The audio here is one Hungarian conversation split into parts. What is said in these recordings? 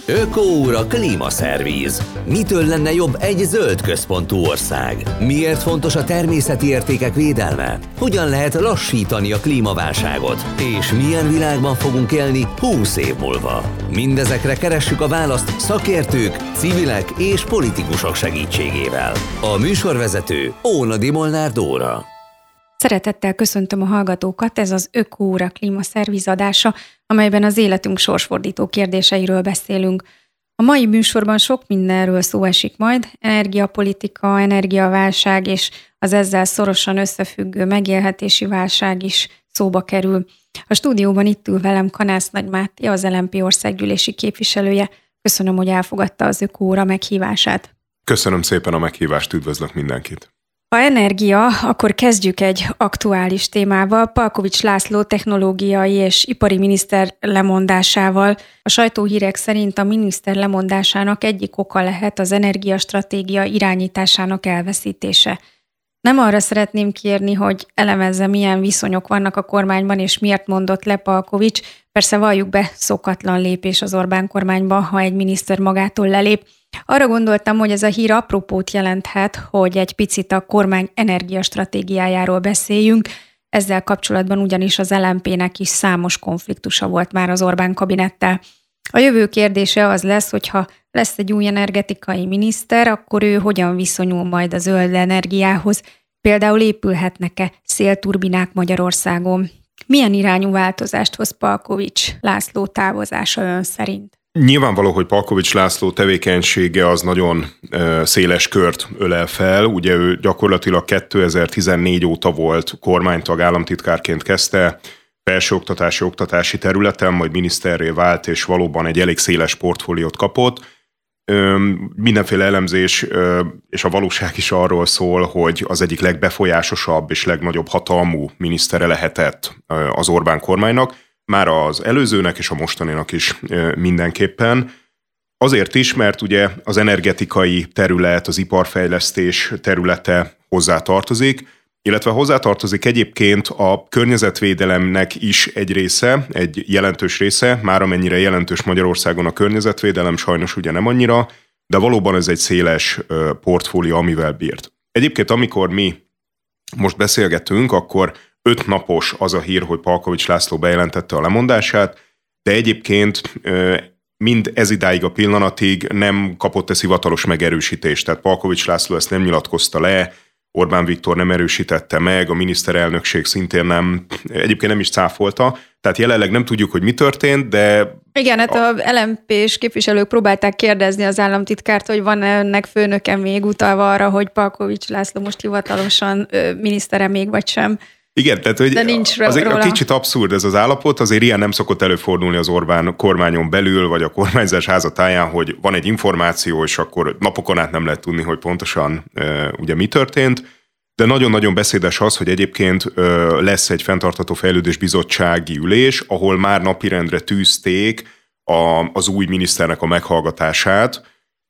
Ökóúra klímaszervíz. Mitől lenne jobb egy zöld központú ország? Miért fontos a természeti értékek védelme? Hogyan lehet lassítani a klímaválságot? És milyen világban fogunk élni 20 év múlva? Mindezekre keressük a választ szakértők, civilek és politikusok segítségével. A műsorvezető Ónodi Molnár Dóra. Szeretettel köszöntöm a hallgatókat, ez az Ökóúra klímaszervíz adása, amelyben az életünk sorsfordító kérdéseiről beszélünk. A mai műsorban sok mindenről szó esik majd, energiapolitika, energiaválság és az ezzel szorosan összefüggő megélhetési válság is szóba kerül. A stúdióban itt ül velem Kanász Nagy Máté, az LMP országgyűlési képviselője. Köszönöm, hogy elfogadta az Ökóúra meghívását. Köszönöm szépen a meghívást, üdvözlök mindenkit! Ha energia, akkor kezdjük egy aktuális témával, Palkovics László technológiai és ipari miniszter lemondásával. A sajtóhírek szerint a miniszter lemondásának egyik oka lehet az energiastratégia irányításának elveszítése. Nem arra szeretném kérni, hogy elemezze, milyen viszonyok vannak a kormányban, és miért mondott le Palkovics. Persze valljuk be, szokatlan lépés az Orbán kormányban, ha egy miniszter magától lelép. Arra gondoltam, hogy ez a hír apropót jelenthet, hogy egy picit a kormány energiastratégiájáról beszéljünk. Ezzel kapcsolatban ugyanis az LMP-nek is számos konfliktusa volt már az Orbán kabinettel. A jövő kérdése az lesz, hogyha lesz egy új energetikai miniszter, akkor ő hogyan viszonyul majd a zöld energiához? Például épülhetnek-e szélturbinák Magyarországon? Milyen irányú változást hoz Palkovics László távozása ön szerint? Nyilvánvaló, hogy Palkovics László tevékenysége az nagyon széles kört ölel fel. Ugye ő gyakorlatilag 2014 óta volt kormánytag, államtitkárként kezdte, felsőoktatási, oktatási területen, majd miniszterré vált, és valóban egy elég széles portfóliót kapott. Mindenféle elemzés és a valóság is arról szól, hogy az egyik legbefolyásosabb és legnagyobb hatalmú minisztere lehetett az Orbán kormánynak, már az előzőnek és a mostaninak is mindenképpen. Azért is, mert ugye az energetikai terület, az iparfejlesztés területe hozzátartozik, illetve hozzátartozik egyébként a környezetvédelemnek is egy része, egy jelentős része, már amennyire jelentős Magyarországon a környezetvédelem, sajnos ugye nem annyira, de valóban ez egy széles portfólió, amivel bírt. Egyébként amikor mi most beszélgetünk, akkor 5 napos az a hír, hogy Palkovics László bejelentette a lemondását, de egyébként mind ez idáig a pillanatig nem kapott ez hivatalos megerősítést. Tehát Palkovics László ezt nem nyilatkozta le, Orbán Viktor nem erősítette meg, a miniszterelnökség szintén nem, egyébként nem is cáfolta, tehát jelenleg nem tudjuk, hogy mi történt, de... Igen, hát a LMP-s képviselők próbálták kérdezni az államtitkárt, hogy van-e ennek főnöke még utalva arra, hogy Palkovics László most hivatalosan minisztere még vagy sem. Igen, tehát hogy azért a kicsit abszurd ez az állapot, azért ilyen nem szokott előfordulni az Orbán kormányon belül, vagy a kormányzás házatáján, hogy van egy információ, és akkor napokon át nem lehet tudni, hogy pontosan ugye mi történt, de nagyon-nagyon beszédes az, hogy egyébként lesz egy fenntartható fejlődés bizottsági ülés, ahol már napirendre tűzték az új miniszternek a meghallgatását,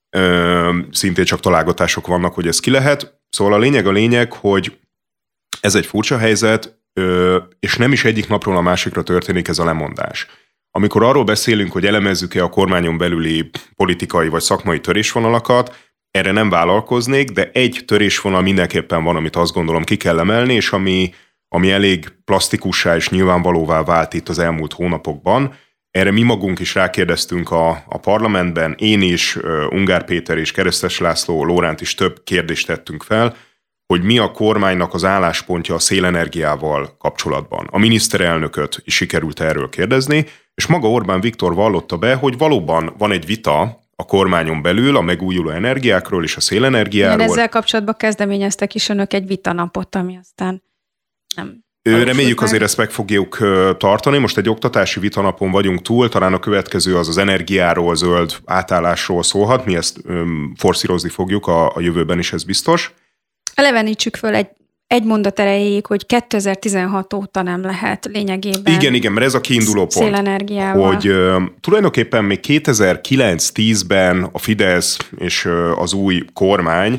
szintén csak találgatások vannak, hogy ez ki lehet. Szóval a lényeg, hogy ez egy furcsa helyzet, és nem is egyik napról a másikra történik ez a lemondás. Amikor arról beszélünk, hogy elemezzük-e a kormányon belüli politikai vagy szakmai törésvonalakat, erre nem vállalkoznék, de egy törésvonal mindenképpen van, amit azt gondolom ki kell emelni, és ami elég plastikussá és nyilvánvalóvá vált itt az elmúlt hónapokban. Erre mi magunk is rákérdeztünk a parlamentben, én is, Ungár Péter és Keresztes László, Lóránt is több kérdést tettünk fel, hogy mi a kormánynak az álláspontja a szélenergiával kapcsolatban. A miniszterelnököt is sikerült erről kérdezni, és maga Orbán Viktor vallotta be, hogy valóban van egy vita a kormányon belül a megújuló energiákról és a szélenergiáról. Igen, ezzel kapcsolatban kezdeményeztek is önök egy vitanapot, ami aztán nem... Reméljük azért ezt meg fogjuk tartani. Most egy oktatási vitanapon vagyunk túl, talán a következő az energiáról, zöld átállásról szólhat. Mi ezt forszírozni fogjuk a jövőben is, ez biztos. Elevenítsük föl egy mondat erejéig, hogy 2016 óta nem lehet lényegében. Igen, mert ez a kiinduló pont. Szélenergiával. Hogy tulajdonképpen még 2009-10-ben a Fidesz és az új kormány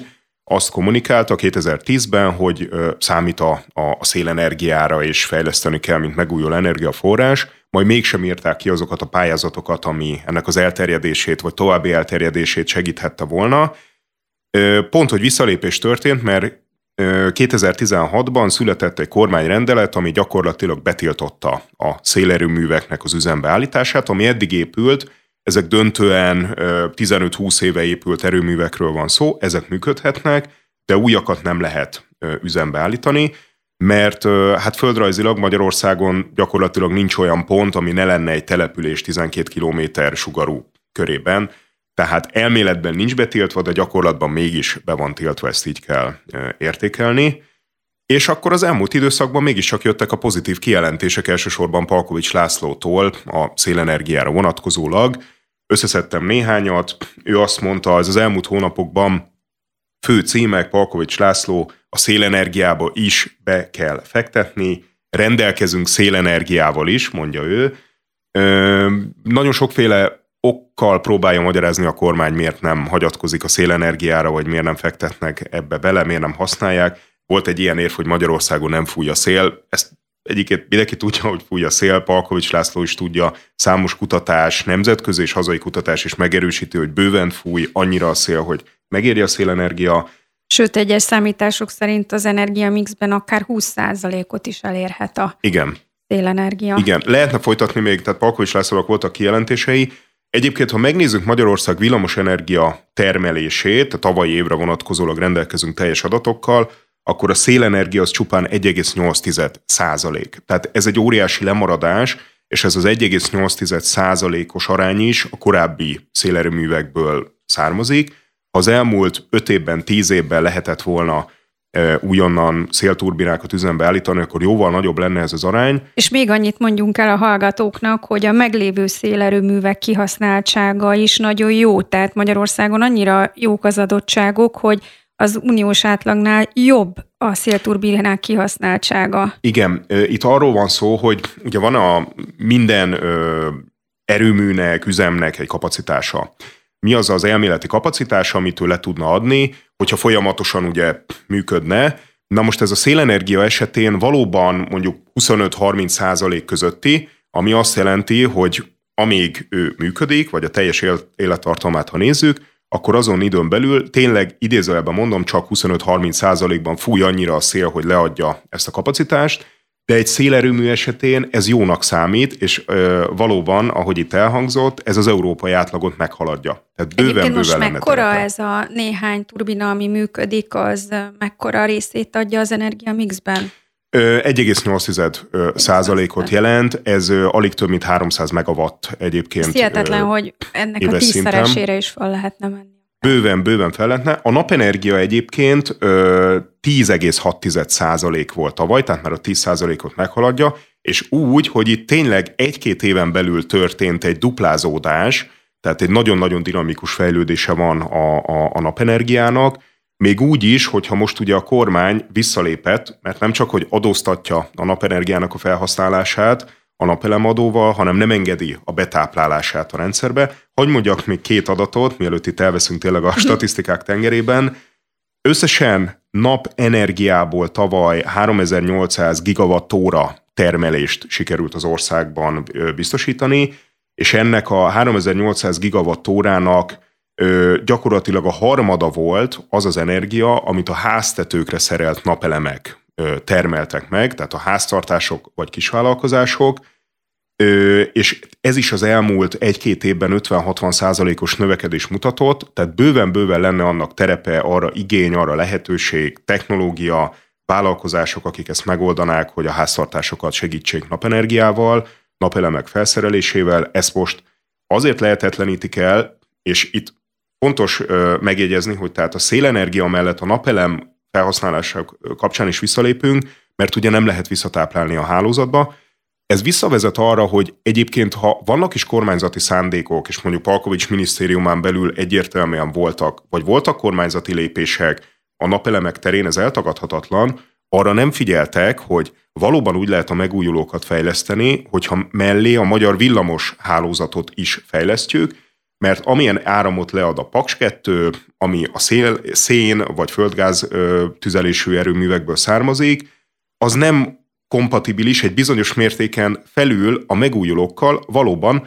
azt kommunikálta 2010-ben, hogy számít a szélenergiára és fejleszteni kell, mint megújuló energiaforrás, majd mégsem írták ki azokat a pályázatokat, ami ennek az elterjedését vagy további elterjedését segíthette volna. Pont, hogy visszalépés történt, mert 2016-ban született egy kormányrendelet, ami gyakorlatilag betiltotta a szélerőműveknek az üzembe állítását, ami eddig épült, ezek döntően 15-20 éve épült erőművekről van szó, ezek működhetnek, de újakat nem lehet üzembe állítani, mert hát földrajzilag Magyarországon gyakorlatilag nincs olyan pont, ami ne lenne egy település 12 kilométer sugarú körében, tehát elméletben nincs betiltva, de gyakorlatban mégis be van tiltva, ezt így kell értékelni. És akkor az elmúlt időszakban mégiscsak jöttek a pozitív kijelentések, elsősorban Palkovics Lászlótól a szélenergiára vonatkozólag. Összeszedtem néhányat, ő azt mondta, ez az elmúlt hónapokban fő címek, Palkovics László, a szélenergiába is be kell fektetni, rendelkezünk szélenergiával is, mondja ő. Nagyon sokféle okkal próbálja magyarázni a kormány, miért nem hagyatkozik a szélenergiára, vagy miért nem fektetnek ebbe bele, miért nem használják. Volt egy ilyen érv, hogy Magyarországon nem fúj a szél. Ezt egyiket mindenki tudja, hogy fúj a szél, Palkovics László is tudja, számos kutatás, nemzetközi és hazai kutatás is megerősíti, hogy bőven fúj annyira a szél, hogy megéri a szélenergia. Sőt, egyes számítások szerint az energiamixben akár 20%-ot is elérhet a szélenergia. Igen, lehetne folytatni még, tehát Palkovics Lászlónak voltak kijelentései. Egyébként, ha megnézzük Magyarország villamosenergia termelését, a tavalyi évre vonatkozólag rendelkezünk teljes adatokkal, akkor a szélenergia az csupán 1,8%. Tehát ez egy óriási lemaradás, és ez az 1,8%-os arány is a korábbi szélerőművekből származik. Ha az elmúlt 5 évben, 10 évben lehetett volna újonnan szélturbinákat üzembe állítani, akkor jóval nagyobb lenne ez az arány. És még annyit mondjunk el a hallgatóknak, hogy a meglévő szélerőművek kihasználtsága is nagyon jó, tehát Magyarországon annyira jók az adottságok, hogy az uniós átlagnál jobb a szélturbinák kihasználtsága. Igen, itt arról van szó, hogy ugye van a minden erőműnek, üzemnek egy kapacitása. Mi az az elméleti kapacitása, amit ő le tudna adni, hogyha folyamatosan ugye működne. Na most ez a szélenergia esetén valóban mondjuk 25-30% közötti, ami azt jelenti, hogy amíg ő működik, vagy a teljes élettartamát, ha nézzük, akkor azon időn belül tényleg idézőjelben mondom, csak 25-30%-ban fúj annyira a szél, hogy leadja ezt a kapacitást, de egy szélerőmű esetén ez jónak számít, és valóban, ahogy itt elhangzott, ez az európai átlagot meghaladja. Tehát bőven most mekkora ez a néhány turbina, ami működik, az mekkora részét adja az energiamixben? 1,8%-ot jelent, ez alig több mint 300 megawatt egyébként. Ez hihetetlen, hogy ennek a 10-szeresére is fel lehetne menni. Bőven fel lehetne. A napenergia egyébként 10,6% volt tavaly, tehát már a 10%-ot meghaladja, és úgy, hogy itt tényleg 1-2 éven belül történt egy duplázódás, tehát egy nagyon-nagyon dinamikus fejlődése van a napenergiának, még úgy is, hogyha most ugye a kormány visszalépett, mert nem csak, hogy adóztatja a napenergiának a felhasználását a napelemadóval, hanem nem engedi a betáplálását a rendszerbe. Hogy mondjak még 2 adatot, mielőtt itt elveszünk tényleg a statisztikák tengerében. Összesen napenergiából tavaly 3800 gigawattóra termelést sikerült az országban biztosítani, és ennek a 3800 gigawattórának gyakorlatilag a harmada volt az az energia, amit a háztetőkre szerelt napelemek termeltek meg, tehát a háztartások vagy kisvállalkozások, és ez is az elmúlt 1-2 évben 50-60%-os növekedés mutatott, tehát bőven lenne annak terepe, arra igény, arra lehetőség, technológia, vállalkozások, akik ezt megoldanák, hogy a háztartásokat segítsék napenergiával, napelemek felszerelésével. Ezt most azért lehetetlenítik el, és itt fontos megjegyezni, hogy tehát a szélenergia mellett a napelem felhasználása kapcsán is visszalépünk, mert ugye nem lehet visszatáplálni a hálózatba. Ez visszavezet arra, hogy egyébként, ha vannak is kormányzati szándékok, és mondjuk Palkovics minisztériumán belül egyértelműen voltak kormányzati lépések a napelemek terén, ez eltagadhatatlan, arra nem figyeltek, hogy valóban úgy lehet a megújulókat fejleszteni, hogyha mellé a magyar villamos hálózatot is fejlesztjük, mert amilyen áramot lead a Paks 2, ami a szén vagy földgáz tüzelésű erőművekből származik, az nem kompatibilis egy bizonyos mértéken felül a megújulókkal valóban,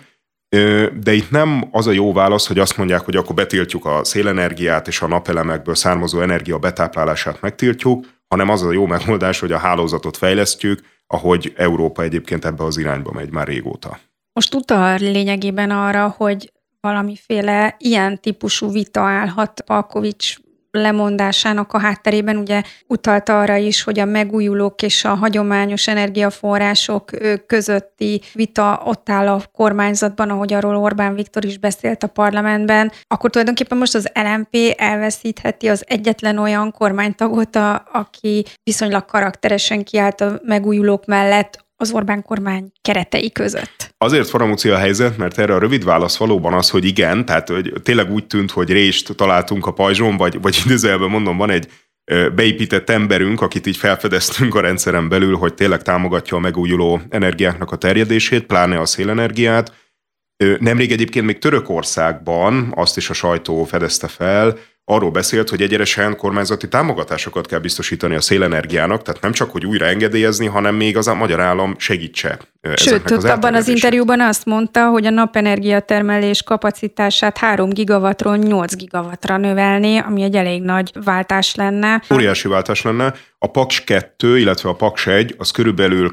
de itt nem az a jó válasz, hogy azt mondják, hogy akkor betiltjuk a szélenergiát és a napelemekből származó energia betáplálását megtiltjuk, hanem az a jó megoldás, hogy a hálózatot fejlesztjük, ahogy Európa egyébként ebbe az irányba megy már régóta. Most utal lényegében arra, hogy valamiféle ilyen típusú vita állhat Palkovics lemondásának a hátterében. Ugye utalta arra is, hogy a megújulók és a hagyományos energiaforrások közötti vita ott áll a kormányzatban, ahogy arról Orbán Viktor is beszélt a parlamentben. Akkor tulajdonképpen most az LMP elveszítheti az egyetlen olyan kormánytagot, aki viszonylag karakteresen kiállt a megújulók mellett az Orbán kormány keretei között. Azért faramúci a helyzet, mert erre a rövid válasz valóban az, hogy igen, tehát hogy tényleg úgy tűnt, hogy rést találtunk a pajzson, vagy idézőjelben mondom, van egy beépített emberünk, akit így felfedeztünk a rendszeren belül, hogy tényleg támogatja a megújuló energiáknak a terjedését, pláne a szélenergiát. Nemrég egyébként még Törökországban, azt is a sajtó fedezte fel, arról beszélt, hogy egyenesen kormányzati támogatásokat kell biztosítani a szélenergiának, tehát nem csak, hogy újra engedélyezni, hanem még az a magyar állam segítse. Sőt, abban az interjúban azt mondta, hogy a napenergia termelés kapacitását 3 gigawattról 8 gigawattra növelni, ami egy elég nagy váltás lenne. Óriási váltás lenne. A Paks 2, illetve a Paks 1, az körülbelül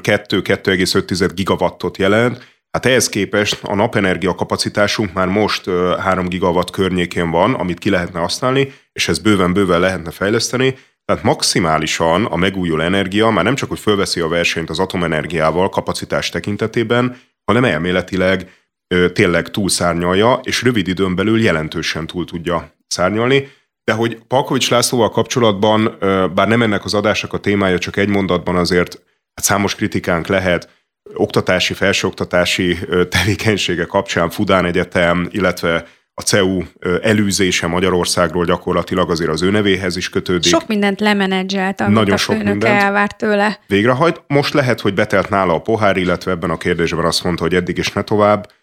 2,5 gigawattot jelent. Hát ehhez képest a napenergia kapacitásunk már most 3 gigawatt környékén van, amit ki lehetne használni, és ezt bőven lehetne fejleszteni. Tehát maximálisan a megújuló energia már nem csak, hogy fölveszi a versenyt az atomenergiával kapacitás tekintetében, hanem elméletileg tényleg túlszárnyalja, és rövid időn belül jelentősen túl tudja szárnyalni. De hogy Palkovics Lászlóval kapcsolatban, bár nem ennek az adásnak a témája, csak egy mondatban azért hát számos kritikánk lehet, oktatási, felsőoktatási tevékenysége kapcsán Fudán Egyetem, illetve a CEU elűzése Magyarországról gyakorlatilag azért az ő nevéhez is kötődik. Sok mindent lemenedzselt, amit nagyon a főnöke elvárt tőle. Végrehajt. Most lehet, hogy betelt nála a pohár, illetve ebben a kérdésben azt mondta, hogy eddig és ne tovább.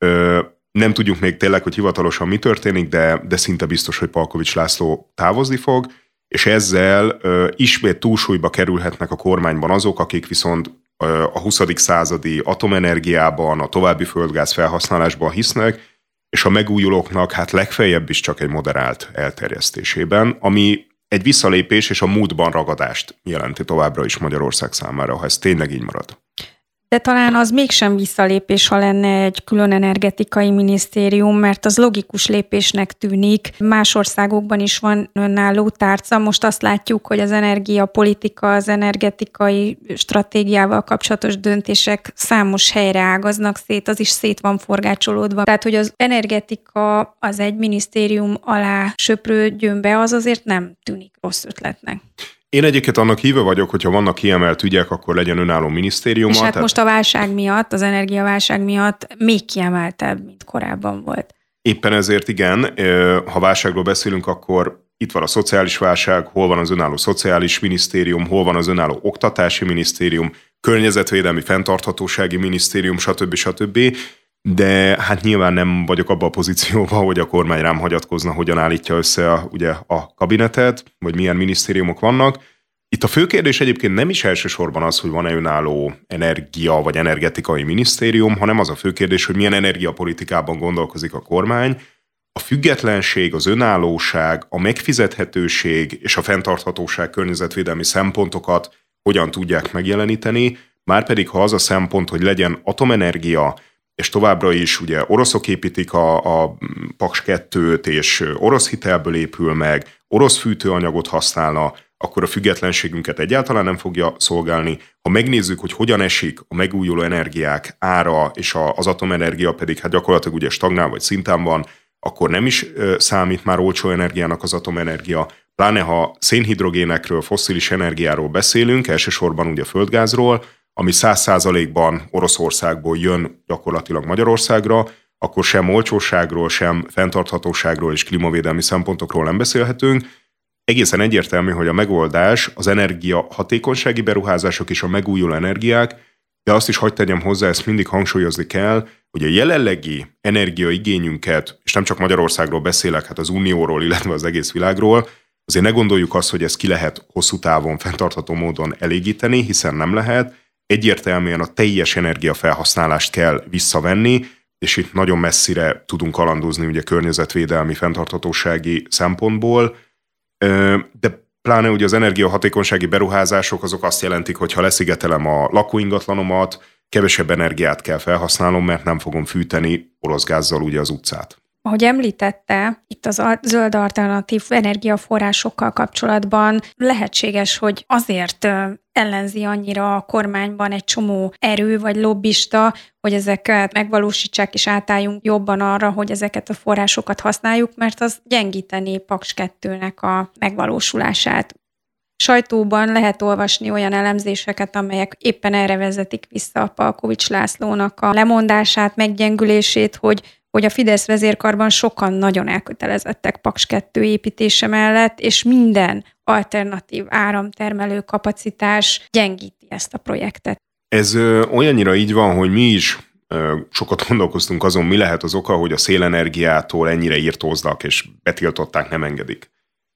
Nem tudjuk még tényleg, hogy hivatalosan mi történik, de szinte biztos, hogy Palkovics László távozni fog, és ezzel ismét túlsúlyba kerülhetnek a kormányban azok, akik viszont a 20. századi atomenergiában, a további földgáz felhasználásban hisznek, és a megújulóknak hát legfeljebb is csak egy moderált elterjesztésében, ami egy visszalépés és a múltban ragadást jelenti továbbra is Magyarország számára, ha ez tényleg így marad. De talán az mégsem visszalépés, ha lenne egy külön energetikai minisztérium, mert az logikus lépésnek tűnik. Más országokban is van önálló tárca. Most azt látjuk, hogy az energiapolitika, az energetikai stratégiával kapcsolatos döntések számos helyre ágaznak szét, az is szét van forgácsolódva. Tehát, hogy az energetika az egy minisztérium alá söprődjön be, az azért nem tűnik rossz ötletnek. Én egyébként annak híve vagyok, hogyha vannak kiemelt ügyek, akkor legyen önálló minisztériuma. És hát most a válság miatt, az energiaválság miatt még kiemeltebb, mint korábban volt. Éppen ezért igen, ha válságról beszélünk, akkor itt van a szociális válság, hol van az önálló szociális minisztérium, hol van az önálló oktatási minisztérium, környezetvédelmi fenntarthatósági minisztérium, stb. De hát nyilván nem vagyok abban a pozícióban, hogy a kormány rám hagyatkozna, hogyan állítja össze a kabinetet, vagy milyen minisztériumok vannak. Itt a fő kérdés egyébként nem is elsősorban az, hogy van-e önálló energia vagy energetikai minisztérium, hanem az a fő kérdés, hogy milyen energiapolitikában gondolkozik a kormány. A függetlenség, az önállóság, a megfizethetőség és a fenntarthatóság környezetvédelmi szempontokat hogyan tudják megjeleníteni, márpedig ha az a szempont, hogy legyen atomenergia, és továbbra is ugye oroszok építik a Paks 2-t, és orosz hitelből épül meg, orosz fűtőanyagot használna, akkor a függetlenségünket egyáltalán nem fogja szolgálni. Ha megnézzük, hogy hogyan esik a megújuló energiák ára, és az atomenergia pedig hát gyakorlatilag ugye stagnál vagy szinten van, akkor nem is számít már olcsó energiának az atomenergia. Pláne ha szénhidrogénekről, fosszilis energiáról beszélünk, elsősorban ugye földgázról, ami 100%-ban Oroszországból jön gyakorlatilag Magyarországra, akkor sem olcsóságról, sem fenntarthatóságról és klímavédelmi szempontokról nem beszélhetünk. Egészen egyértelmű, hogy a megoldás az energiahatékonysági beruházások és a megújuló energiák, de azt is hadd tegyem hozzá, ezt mindig hangsúlyozni kell, hogy a jelenlegi energiaigényünket, és nem csak Magyarországról beszélek, hát az Unióról, illetve az egész világról, azért ne gondoljuk azt, hogy ezt ki lehet hosszú távon fenntartható módon elégíteni, hiszen nem lehet. Egyértelműen a teljes energiafelhasználást kell visszavenni, és itt nagyon messzire tudunk kalandozni ugye környezetvédelmi, fenntarthatósági szempontból, de pláne ugye az energiahatékonysági beruházások azok azt jelentik, hogy ha leszigetelem a lakóingatlanomat, kevesebb energiát kell felhasználnom, mert nem fogom fűteni orosz gázzal ugye az utcát. Ahogy említette, itt az zöld alternatív energiaforrásokkal kapcsolatban lehetséges, hogy azért ellenzi annyira a kormányban egy csomó erő vagy lobbista, hogy ezeket megvalósítsák és átálljunk jobban arra, hogy ezeket a forrásokat használjuk, mert az gyengítené Paks 2-nek a megvalósulását. Sajtóban lehet olvasni olyan elemzéseket, amelyek éppen erre vezetik vissza a Palkovics Lászlónak a lemondását, meggyengülését, hogy a Fidesz vezérkarban sokan nagyon elkötelezettek Paks 2 építése mellett, és minden alternatív áramtermelő kapacitás gyengíti ezt a projektet. Ez olyannyira így van, hogy mi is sokat gondolkoztunk azon, mi lehet az oka, hogy a szélenergiától ennyire írtóznak, és betiltották, nem engedik.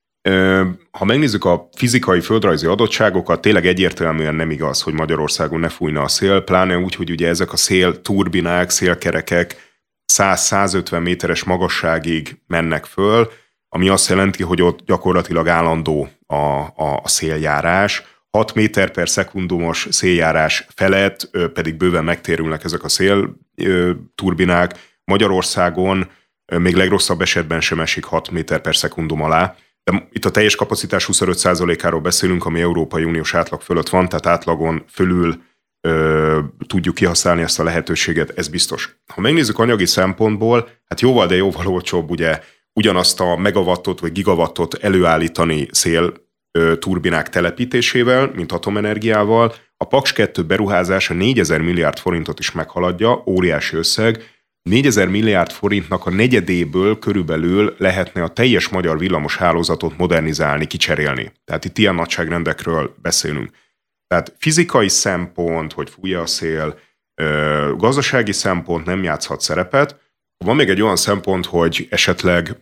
Ha megnézzük a fizikai, földrajzi adottságokat, tényleg egyértelműen nem igaz, hogy Magyarországon ne fújna a szél, pláne úgy, hogy ugye ezek a szélturbinák, szélkerekek 100-150 méteres magasságig mennek föl, ami azt jelenti, hogy ott gyakorlatilag állandó a széljárás. 6 méter per szekundumos széljárás felett pedig bőven megtérülnek ezek a szélturbinák. Magyarországon még legrosszabb esetben sem esik 6 méter per szekundum alá. De itt a teljes kapacitás 25%-áról beszélünk, ami Európai Uniós átlag fölött van, tehát átlagon fölül tudjuk kihasználni ezt a lehetőséget, ez biztos. Ha megnézzük anyagi szempontból, hát jóval, de jóval olcsóbb ugye ugyanazt a megawattot vagy gigawattot előállítani szélturbinák telepítésével, mint atomenergiával. A Paks 2 beruházása 4000 milliárd forintot is meghaladja, óriási összeg. 4000 milliárd forintnak a negyedéből körülbelül lehetne a teljes magyar villamos hálózatot modernizálni, kicserélni. Tehát itt ilyen nagyságrendekről beszélünk. Tehát fizikai szempont, hogy fújja a szél, gazdasági szempont nem játszhat szerepet. Van még egy olyan szempont, hogy esetleg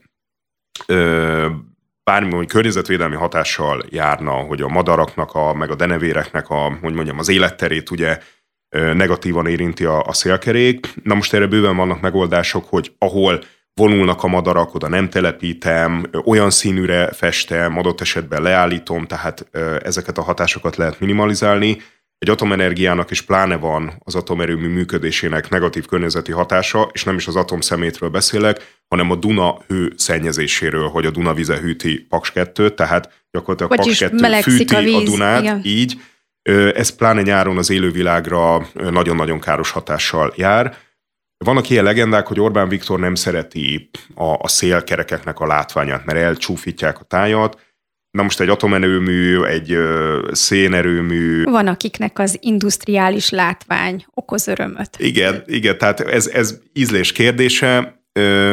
bármi környezetvédelmi hatással járna, hogy a madaraknak, meg a denevéreknek az életterét ugye negatívan érinti a szélkerék. Na most erre bőven vannak megoldások, hogy ahol vonulnak a madarak, oda nem telepítem, olyan színűre festem, adott esetben leállítom, tehát ezeket a hatásokat lehet minimalizálni. Egy atomenergiának is pláne van az atomerőmű működésének negatív környezeti hatása, és nem is az atomszemétről beszélek, hanem a Duna hő szennyezéséről, hogy a Duna vize hűti Paks 2-t, tehát gyakorlatilag Paks 2 fűti a Dunát, igen. Így. Ez pláne nyáron az élővilágra nagyon-nagyon káros hatással jár. Vannak ilyen legendák, hogy Orbán Viktor nem szereti a szélkerekeknek a látványát, mert elcsúfítják a tájat. Na most egy atomerőmű, egy szénerőmű... Van, akiknek az industriális látvány okoz örömöt. Igen, tehát ez ízlés kérdése,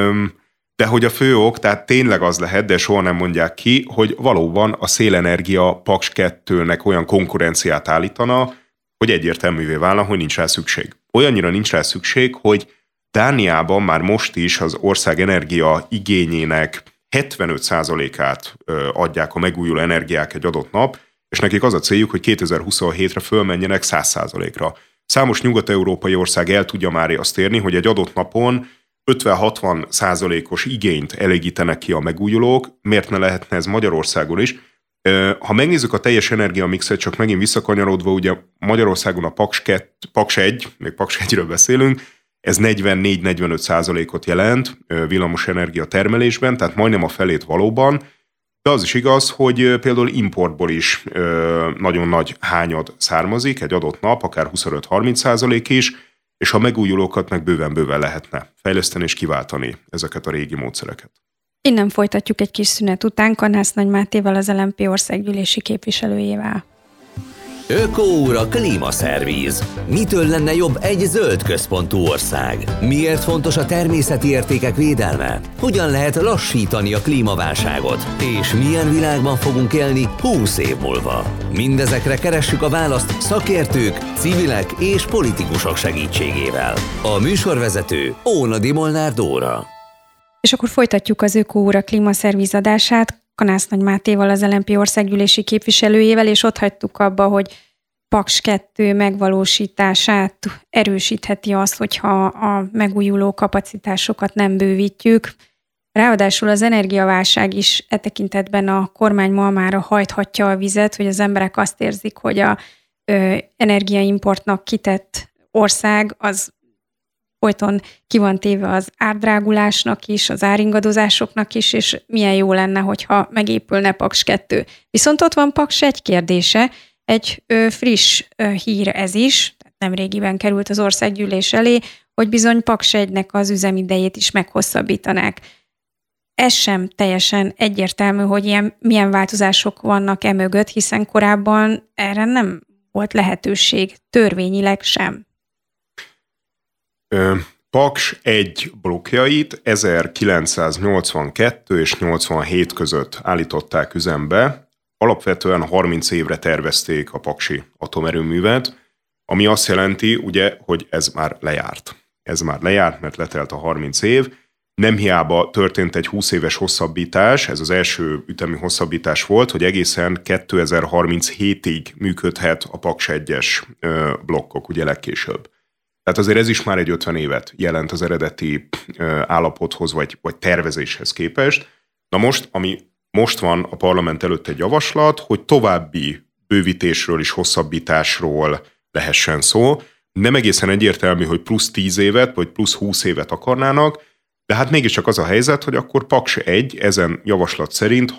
de hogy a fő ok, tehát tényleg az lehet, de soha nem mondják ki, hogy valóban a szélenergia Paks 2-nek olyan konkurenciát állítana, hogy egyértelművé válna, hogy nincs rá szükség. Olyannyira nincs rá szükség, hogy Dániában már most is az ország energia igényének 75%-át adják a megújuló energiák egy adott nap, és nekik az a céljuk, hogy 2027-re fölmenjenek 100%-ra. Számos nyugat-európai ország el tudja már azt érni, hogy egy adott napon 50-60%-os igényt elégítenek ki a megújulók, miért ne lehetne ez Magyarországon is? Ha megnézzük a teljes energiamixet, csak megint visszakanyarodva, ugye Magyarországon a Paks 1, még Paks 1-ről beszélünk, ez 44-45%-ot jelent villamos energia termelésben, tehát majdnem a felét valóban, de az is igaz, hogy például importból is nagyon nagy hányad származik egy adott nap, akár 25-30% is, és a megújulókat meg bőven-bőven lehetne fejleszteni és kiváltani ezeket a régi módszereket. Innen folytatjuk egy kis szünet után Kanász Nagy Mátéval, az LMP országgyűlési képviselőjével. Öko-óra klímaszervíz. Mitől lenne jobb egy zöld központú ország? Miért fontos a természeti értékek védelme? Hogyan lehet lassítani a klímaválságot? És milyen világban fogunk élni 20 év múlva? Mindezekre keressük a választ szakértők, civilek és politikusok segítségével. A műsorvezető Ónodi Molnár Dóra. És akkor folytatjuk az Öko-óra klímaszervíz adását Kanász Nagy Mátéval, az LMP országgyűlési képviselőjével, és ott hagytuk abba, hogy Paks 2 megvalósítását erősítheti azt, hogyha a megújuló kapacitásokat nem bővítjük. Ráadásul az energiaválság is e tekintetben a kormány malmára hajthatja a vizet, hogy az emberek azt érzik, hogy a energiaimportnak kitett ország az folyton ki van téve az árdrágulásnak is, az áringadozásoknak is, és milyen jó lenne, hogyha megépülne Paks 2. Viszont ott van Paks 1 kérdése, egy friss hír ez is, nemrégiben került az országgyűlés elé, hogy bizony Paks 1-nek az üzemidejét is meghosszabbítanák. Ez sem teljesen egyértelmű, hogy milyen változások vannak mögött, hiszen korábban erre nem volt lehetőség, törvényileg sem. Paks 1 blokkjait 1982 és 87 között állították üzembe. Alapvetően 30 évre tervezték a paksi atomerőművet, ami azt jelenti, ugye, hogy ez már lejárt. Ez már lejárt, mert letelt a 30 év. Nem hiába történt egy 20 éves hosszabbítás, ez az első ütemű hosszabbítás volt, hogy egészen 2037-ig működhet a Paks 1-es blokkok, ugye legkésőbb. Tehát azért ez is már egy 50 évet jelent az eredeti állapothoz, vagy tervezéshez képest. Na most, ami most van a parlament előtt egy javaslat, hogy további bővítésről és hosszabbításról lehessen szó. Nem egészen egyértelmű, hogy plusz 10 évet, vagy plusz 20 évet akarnának, de hát mégiscsak az a helyzet, hogy akkor Paks 1 ezen javaslat szerint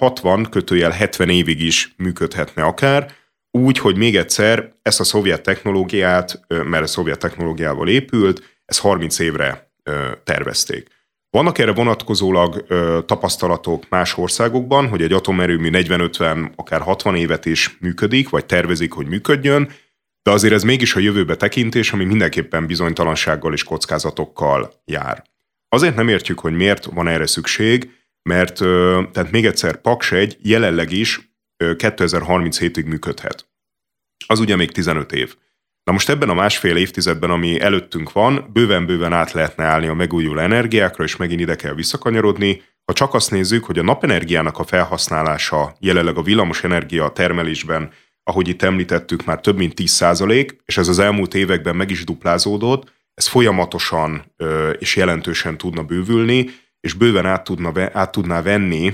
60-70 évig is működhetne akár, úgy, hogy még egyszer ezt a szovjet technológiát, mert a szovjet technológiával épült, ezt 30 évre tervezték. Vannak erre vonatkozólag tapasztalatok más országokban, hogy egy atomerőmű 40-50, akár 60 évet is működik, vagy tervezik, hogy működjön, de azért ez mégis a jövőbe tekintés, ami mindenképpen bizonytalansággal és kockázatokkal jár. Azért nem értjük, hogy miért van erre szükség, mert tehát még egyszer Paks 1 jelenleg is 2037-ig működhet. Az ugye még 15 év. Na most ebben a másfél évtizedben, ami előttünk van, bőven-bőven át lehetne állni a megújuló energiákra, és megint ide kell visszakanyarodni. Ha csak azt nézzük, hogy a napenergiának a felhasználása jelenleg a villamosenergia termelésben, ahogy itt említettük, már több mint 10%, és ez az elmúlt években meg is duplázódott, ez folyamatosan és jelentősen tudna bővülni, és bőven át tudná venni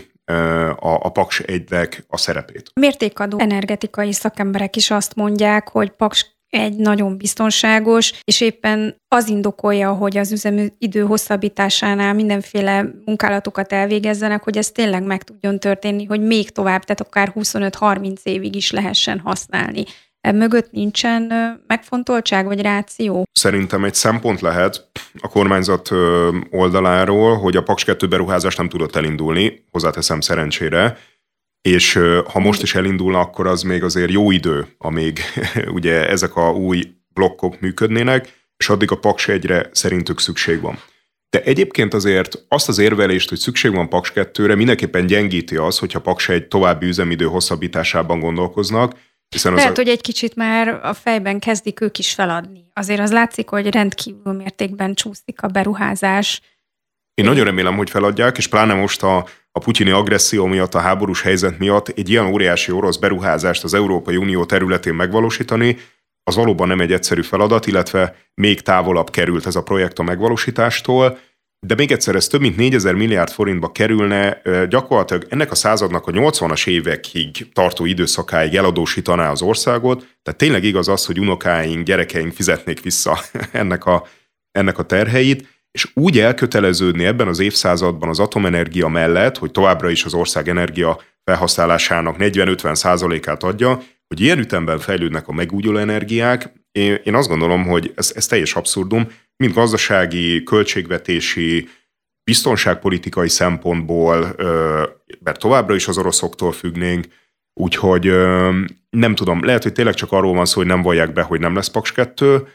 a Paks 1-nek a szerepét. Mértékadó energetikai szakemberek is azt mondják, hogy Paks 1 nagyon biztonságos, és éppen az indokolja, hogy az üzemidő hosszabbításánál mindenféle munkálatokat elvégezzenek, hogy ez tényleg meg tudjon történni, hogy még tovább, tehát akár 25-30 évig is lehessen használni. Mögött nincsen megfontoltság vagy ráció? Szerintem egy szempont lehet a kormányzat oldaláról, hogy a Paks 2 beruházás nem tudott elindulni, hozzáteszem szerencsére, és ha most is elindulna, akkor az még azért jó idő, amíg ugye ezek a új blokkok működnének, és addig a Paks 1-re szerintük szükség van. De egyébként azért azt az érvelést, hogy szükség van Paks 2-re, mindenképpen gyengíti az, hogyha Paks 1 további üzemidő hosszabbításában gondolkoznak. Lehet, hogy egy kicsit már a fejben kezdik ők is feladni. Azért az látszik, hogy rendkívül mértékben csúszik a beruházás. Én nagyon remélem, hogy feladják, és pláne most a putyini agresszió miatt, a háborús helyzet miatt egy ilyen óriási orosz beruházást az Európai Unió területén megvalósítani, az valóban nem egy egyszerű feladat, illetve még távolabb került ez a projekt a megvalósítástól, de még egyszer ez több mint 4000 milliárd forintba kerülne, gyakorlatilag ennek a századnak a 80-as évekig tartó időszakáig eladósítaná az országot, tehát tényleg igaz az, hogy unokáink, gyerekeink fizetnék vissza ennek a terheit, és úgy elköteleződni ebben az évszázadban az atomenergia mellett, hogy továbbra is az ország energia felhasználásának 40-50%-át adja, hogy ilyen ütemben fejlődnek a megújuló energiák, én azt gondolom, hogy ez teljes abszurdum, mind gazdasági, költségvetési, biztonságpolitikai szempontból, mert továbbra is az oroszoktól függnénk, Úgyhogy nem tudom, lehet, hogy tényleg csak arról van szó, hogy nem vallják be, hogy nem lesz Paks 2,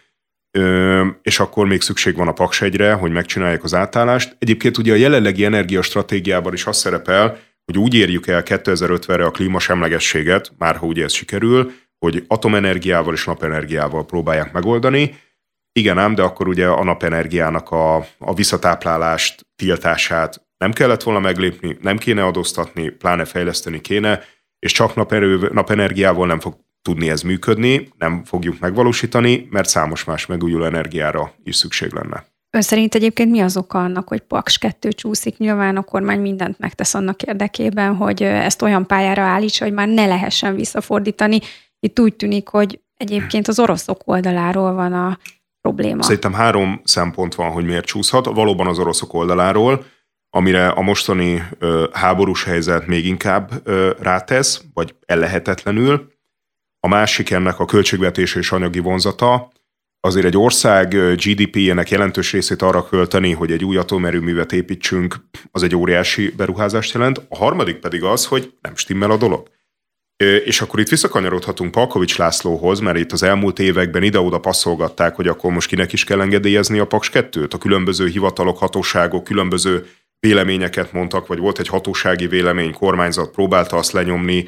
és akkor még szükség van a Paks 1-re, hogy megcsinálják az átállást. Egyébként ugye a jelenlegi energiastratégiában is az szerepel, hogy úgy érjük el 2050-re a klímasemlegességet, már ha ugye ez sikerül, hogy atomenergiával és napenergiával próbálják megoldani. Igen ám, de akkor ugye a napenergiának a visszatáplálást, tiltását nem kellett volna meglépni, nem kéne adóztatni, pláne fejleszteni kéne, és csak napenergiával nem fog tudni ez működni, nem fogjuk megvalósítani, mert számos más megújuló energiára is szükség lenne. Ön szerint egyébként mi az oka annak, hogy Paks 2 csúszik? Nyilván a kormány mindent megtesz annak érdekében, hogy ezt olyan pályára állítsa, hogy már ne lehessen visszafordítani. Itt úgy tűnik, hogy egyébként az oroszok oldaláról van a probléma. Szerintem 3 szempont van, hogy miért csúszhat. Valóban az oroszok oldaláról, amire a mostani háborús helyzet még inkább rátesz, vagy ellehetetlenül. A másik ennek a költségvetés és anyagi vonzata. Azért egy ország GDP-jének jelentős részét arra költeni, hogy egy új atomerőművet építsünk, az egy óriási beruházást jelent. A harmadik pedig az, hogy nem stimmel a dolog. És akkor itt visszakanyarodhatunk Palkovics Lászlóhoz, mert itt az elmúlt években ide-oda passzolgatták, hogy akkor most kinek is kell engedélyezni a Paks 2-t. A különböző hivatalok, hatóságok különböző véleményeket mondtak, vagy volt egy hatósági vélemény, kormányzat próbálta azt lenyomni.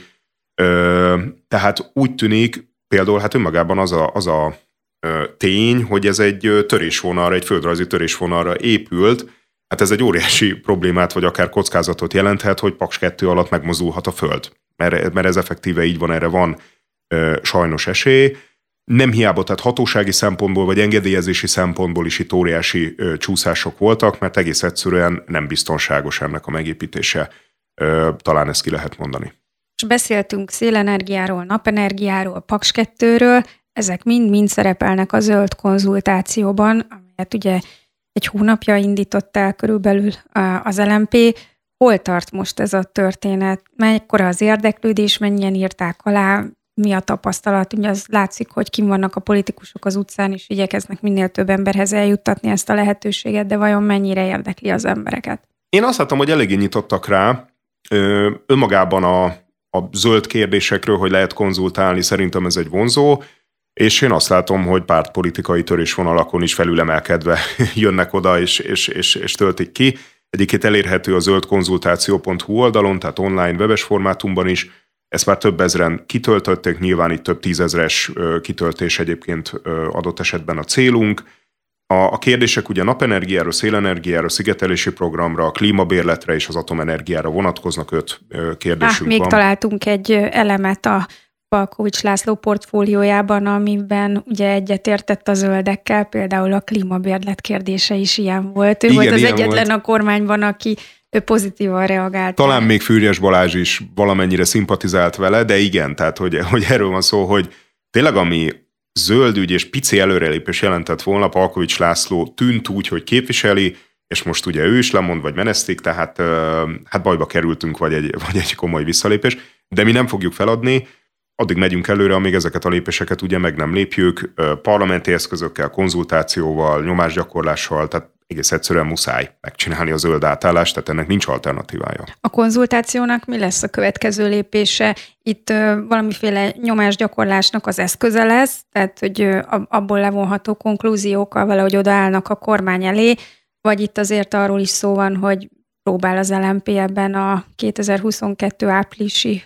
Tehát úgy tűnik, például hát önmagában az a tény, hogy ez egy törésvonalra, egy földrajzi törésvonalra épült. Hát ez egy óriási problémát, vagy akár kockázatot jelenthet, hogy Paks 2 alatt megmozdulhat a föld. Mert ez effektíve így van, erre van sajnos esély. Nem hiába, tehát hatósági szempontból, vagy engedélyezési szempontból is itt óriási csúszások voltak, mert egész egyszerűen nem biztonságos ennek a megépítése. Talán ezt ki lehet mondani. És beszéltünk szélenergiáról, napenergiáról, Paks 2-ről, ezek mind szerepelnek a zöld konzultációban, amelyet ugye egy hónapja indított el körülbelül az LMP. Hol tart most ez a történet? Mekkora az érdeklődés, mennyien írták alá, mi a tapasztalat? Ugye az látszik, hogy kim vannak a politikusok az utcán, és igyekeznek minél több emberhez eljuttatni ezt a lehetőséget, de vajon mennyire érdekli az embereket? Én azt látom, hogy eléggé nyitottak rá. Önmagában a zöld kérdésekről, hogy lehet konzultálni, szerintem ez egy vonzó, és én azt látom, hogy pártpolitikai törésvonalakon is felülemelkedve jönnek oda, és töltik ki. Egyébként elérhető a zöldkonzultáció.hu oldalon, tehát online, webes formátumban is. Ezt már több ezren kitöltötték, nyilván itt több tízezres kitöltés egyébként adott esetben a célunk. A kérdések ugye napenergiára, szélenergiára, szigetelési programra, a klímabérletre és az atomenergiára vonatkoznak, 5 kérdésünk még van. találtunk egy elemet a Palkovics László portfóliójában, amiben ugye egyetértett a zöldekkel, például a klímabérlet kérdése is ilyen volt. Ő Igen, volt az egyetlen volt a kormányban, aki pozitívan reagált. Talán még Füriyes Balázs is valamennyire szimpatizált vele, de igen, tehát hogy erről van szó, hogy tényleg ami zöld ügy és pici előrelépés jelentett volna, Palkovics László tűnt úgy, hogy képviseli, és most ugye ő is lemond, vagy menesztik, tehát hát bajba kerültünk, vagy egy komoly visszalépés, de mi nem fogjuk feladni, addig megyünk előre, amíg ezeket a lépéseket ugye meg nem lépjük, parlamenti eszközökkel, konzultációval, nyomásgyakorlással, tehát egész egyszerűen muszáj megcsinálni a zöld átállást, tehát ennek nincs alternatívája. A konzultációnak mi lesz a következő lépése? Itt valamiféle nyomásgyakorlásnak az eszköze lesz, tehát hogy abból levonható konklúziókkal valahogy odaállnak a kormány elé, vagy itt azért arról is szó van, hogy próbál az LMP ebben a 2022 áprilisi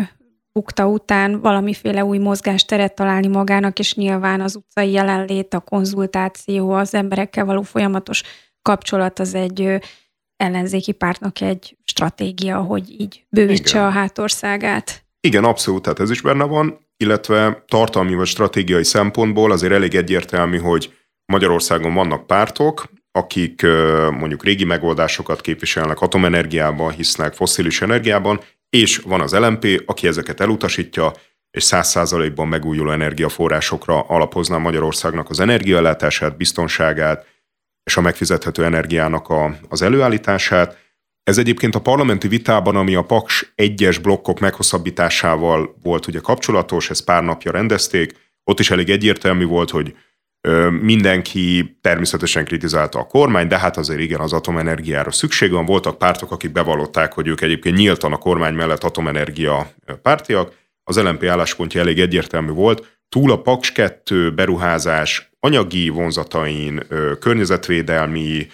bukta után valamiféle új mozgásteret találni magának, és nyilván az utcai jelenlét, a konzultáció, az emberekkel való folyamatos kapcsolat az egy ellenzéki pártnak egy stratégia, hogy így bővítse a hátországát. Igen, abszolút, tehát ez is benne van, illetve tartalmi vagy stratégiai szempontból azért elég egyértelmű, hogy Magyarországon vannak pártok, akik mondjuk régi megoldásokat képviselnek, atomenergiában hisznek, fosszilis energiában, és van az LMP, aki ezeket elutasítja, és 100%-ban megújuló energiaforrásokra alapozná Magyarországnak az energiaellátását, biztonságát, és a megfizethető energiának az előállítását. Ez egyébként a parlamenti vitában, ami a Paks 1-es blokkok meghosszabbításával volt ugye kapcsolatos, ezt pár napja rendezték, ott is elég egyértelmű volt, hogy Mindenki természetesen kritizálta a kormány, de hát azért igen, az atomenergiára szükség van. Voltak pártok, akik bevallották, hogy ők egyébként nyíltan a kormány mellett atomenergia pártiak. Az LMP álláspontja elég egyértelmű volt. Túl a Paks 2 beruházás anyagi vonzatain, környezetvédelmi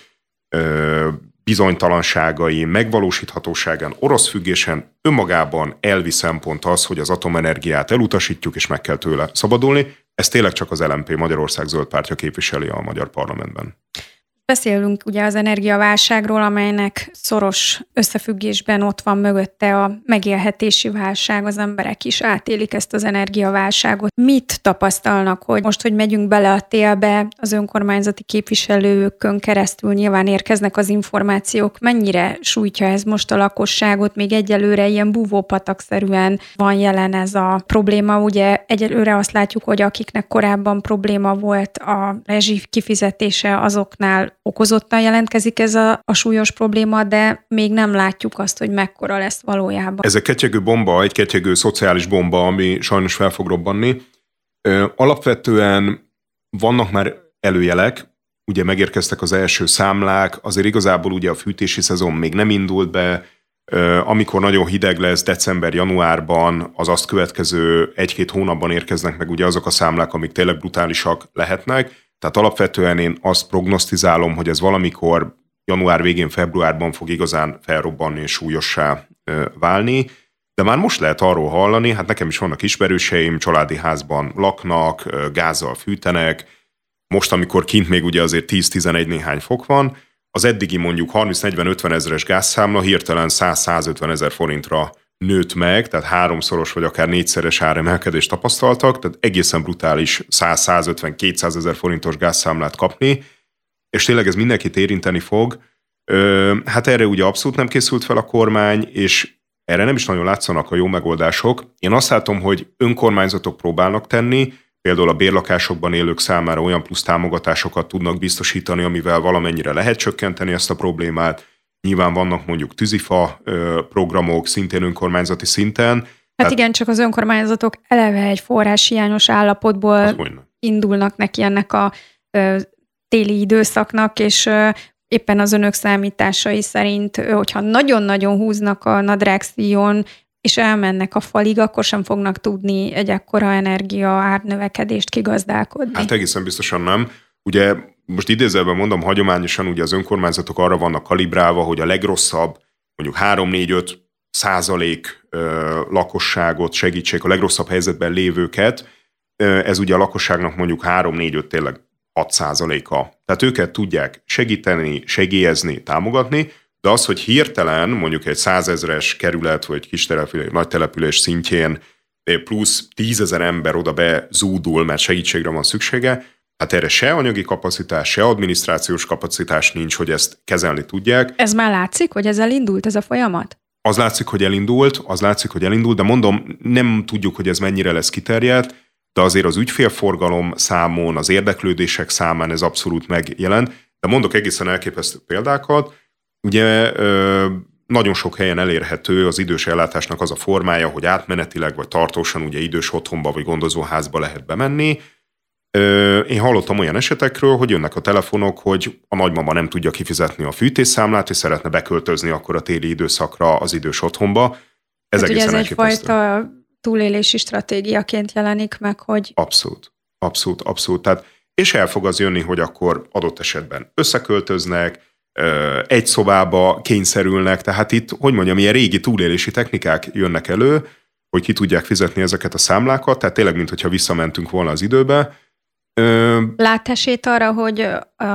bizonytalanságai, megvalósíthatóságán, orosz függésen önmagában elvi szempont az, hogy az atomenergiát elutasítjuk, és meg kell tőle szabadulni. Ez tényleg csak az LMP, Magyarország Zöld Pártja képviseli a magyar parlamentben. Beszélünk ugye az energiaválságról, amelynek szoros összefüggésben ott van mögötte a megélhetési válság, az emberek is átélik ezt az energiaválságot. Mit tapasztalnak, hogy most, hogy megyünk bele a télbe, az önkormányzati képviselőkön keresztül nyilván érkeznek az információk, mennyire sújtja ez most a lakosságot, még egyelőre ilyen búvópatakszerűen van jelen ez a probléma. Ugye egyelőre azt látjuk, hogy akiknek korábban probléma volt a rezsi kifizetése, azoknál okozottan jelentkezik ez a súlyos probléma, de még nem látjuk azt, hogy mekkora lesz valójában. Ez egy ketyegő bomba, egy ketyegő szociális bomba, ami sajnos fel fog robbanni. Alapvetően vannak már előjelek, ugye megérkeztek az első számlák, azért igazából ugye a fűtési szezon még nem indult be, amikor nagyon hideg lesz december-januárban, az azt következő 1-2 hónapban érkeznek meg ugye azok a számlák, amik tényleg brutálisak lehetnek. Tehát alapvetően én azt prognosztizálom, hogy ez valamikor január végén, februárban fog igazán felrobbanni és súlyossá válni. De már most lehet arról hallani, hát nekem is vannak ismerőseim, családi házban laknak, gázzal fűtenek. Most, amikor kint még ugye azért 10-11 néhány fok van, az eddigi mondjuk 30-40-50 ezeres gázszámla hirtelen 100-150 ezer forintra nőtt meg, tehát 3-szoros vagy akár 4-szeres áremelkedést tapasztaltak, tehát egészen brutális 100-150-200 ezer forintos gázszámlát kapni, és tényleg ez mindenkit érinteni fog. Hát erre ugye abszolút nem készült fel a kormány, és erre nem is nagyon látszanak a jó megoldások. Én azt látom, hogy önkormányzatok próbálnak tenni, például a bérlakásokban élők számára olyan plusz támogatásokat tudnak biztosítani, amivel valamennyire lehet csökkenteni ezt a problémát. Nyilván vannak mondjuk tűzifa programok, szintén önkormányzati szinten. Hát igen, csak az önkormányzatok eleve egy forráshiányos állapotból indulnak neki ennek a téli időszaknak, és éppen az önök számításai szerint, hogyha nagyon-nagyon húznak a nadrágszíjon, és elmennek a falig, akkor sem fognak tudni egy ekkora energia árnövekedést kigazdálkodni. Hát egészen biztosan nem. Ugye most idézőben mondom, hagyományosan ugye az önkormányzatok arra vannak kalibrálva, hogy a legrosszabb, mondjuk 3-4-5% lakosságot segítsék, a legrosszabb helyzetben lévőket. Ez ugye a lakosságnak mondjuk 3-4-5, tényleg 6%-a. Tehát őket tudják segíteni, segélyezni, támogatni, de az, hogy hirtelen mondjuk egy 100 000-es kerület, vagy kis település, nagy település szintjén plusz 10 000 ember oda bezúdul, mert segítségre van szüksége, hát erre se anyagi kapacitás, se adminisztrációs kapacitás nincs, hogy ezt kezelni tudják. Ez már látszik, hogy ez elindult, ez a folyamat? Az látszik, hogy elindult, de mondom, nem tudjuk, hogy ez mennyire lesz kiterjedt, de azért az ügyfélforgalom számon, az érdeklődések számán ez abszolút megjelent. De mondok egészen elképesztő példákat. Ugye nagyon sok helyen elérhető az idős ellátásnak az a formája, hogy átmenetileg vagy tartósan ugye idős otthonba vagy gondozóházba lehet bemenni. Én hallottam olyan esetekről, hogy jönnek a telefonok, hogy a nagymama nem tudja kifizetni a fűtésszámlát, és szeretne beköltözni akkor a téli időszakra az idős otthonba. Ez hát egészen ugye ez egyfajta túlélési stratégiaként jelenik meg, hogy... Abszolút. Tehát, és el fog az jönni, hogy akkor adott esetben összeköltöznek, egy szobába kényszerülnek, tehát itt, hogy mondjam, ilyen régi túlélési technikák jönnek elő, hogy ki tudják fizetni ezeket a számlákat, tehát tényleg, mintha visszamentünk volna az időbe. Lát esélyt arra, hogy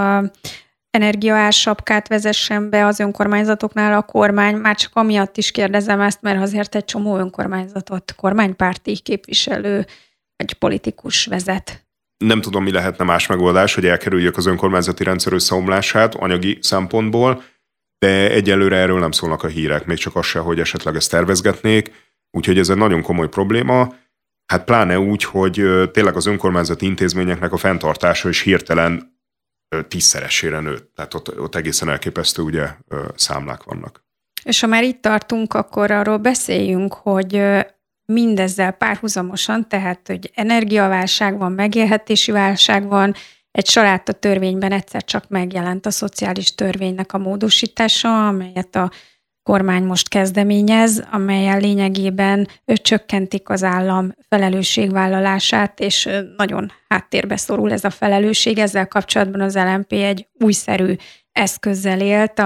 energiaársapkát vezessen be az önkormányzatoknál a kormány, már csak amiatt is kérdezem ezt, mert azért egy csomó önkormányzatot kormánypárti képviselő vagy politikus vezet. Nem tudom, mi lehetne más megoldás, hogy elkerüljük az önkormányzati rendszer összeomlását anyagi szempontból, de egyelőre erről nem szólnak a hírek, még csak az se, hogy esetleg ezt tervezgetnék, úgyhogy ez egy nagyon komoly probléma. Hát pláne úgy, hogy tényleg az önkormányzati intézményeknek a fenntartása is hirtelen 10-szeresére nőtt. Tehát ott egészen elképesztő ugye számlák vannak. És ha már itt tartunk, akkor arról beszéljünk, hogy mindezzel párhuzamosan, tehát hogy energiaválság van, megélhetési válság van, egy saláta törvényben egyszer csak megjelent a szociális törvénynek a módosítása, amelyet a kormány most kezdeményez, amellyel lényegében csökkentik az állam felelősségvállalását, és nagyon háttérbe szorul ez a felelősség. Ezzel kapcsolatban az LMP egy újszerű eszközzel élt,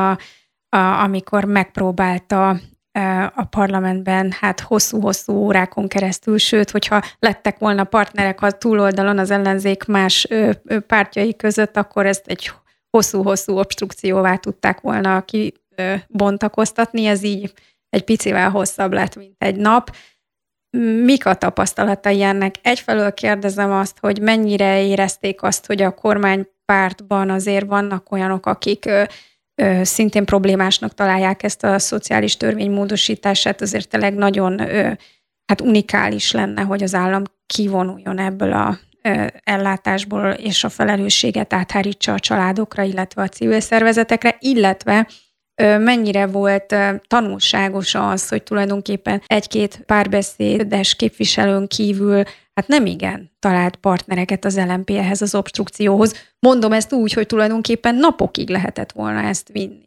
amikor megpróbálta a parlamentben hosszú-hosszú órákon keresztül, sőt, hogyha lettek volna partnerek a túloldalon az ellenzék más pártjai között, akkor ezt egy hosszú-hosszú obstrukcióvá tudták volna kibontakoztatni, ez így egy picivel hosszabb lett, mint egy nap. Mik a tapasztalatai ennek? Egyfelől kérdezem azt, hogy mennyire érezték azt, hogy a kormánypártban azért vannak olyanok, akik szintén problémásnak találják ezt a szociális törvény módosítását, azért tényleg nagyon unikális lenne, hogy az állam kivonuljon ebből a ellátásból, és a felelősséget áthárítsa a családokra, illetve a civil szervezetekre, illetve mennyire volt tanulságos az, hogy tulajdonképpen egy-két párbeszédes képviselőn kívül nem igen talált partnereket az LMP ehhez az obstrukcióhoz. Mondom ezt úgy, hogy tulajdonképpen napokig lehetett volna ezt vinni.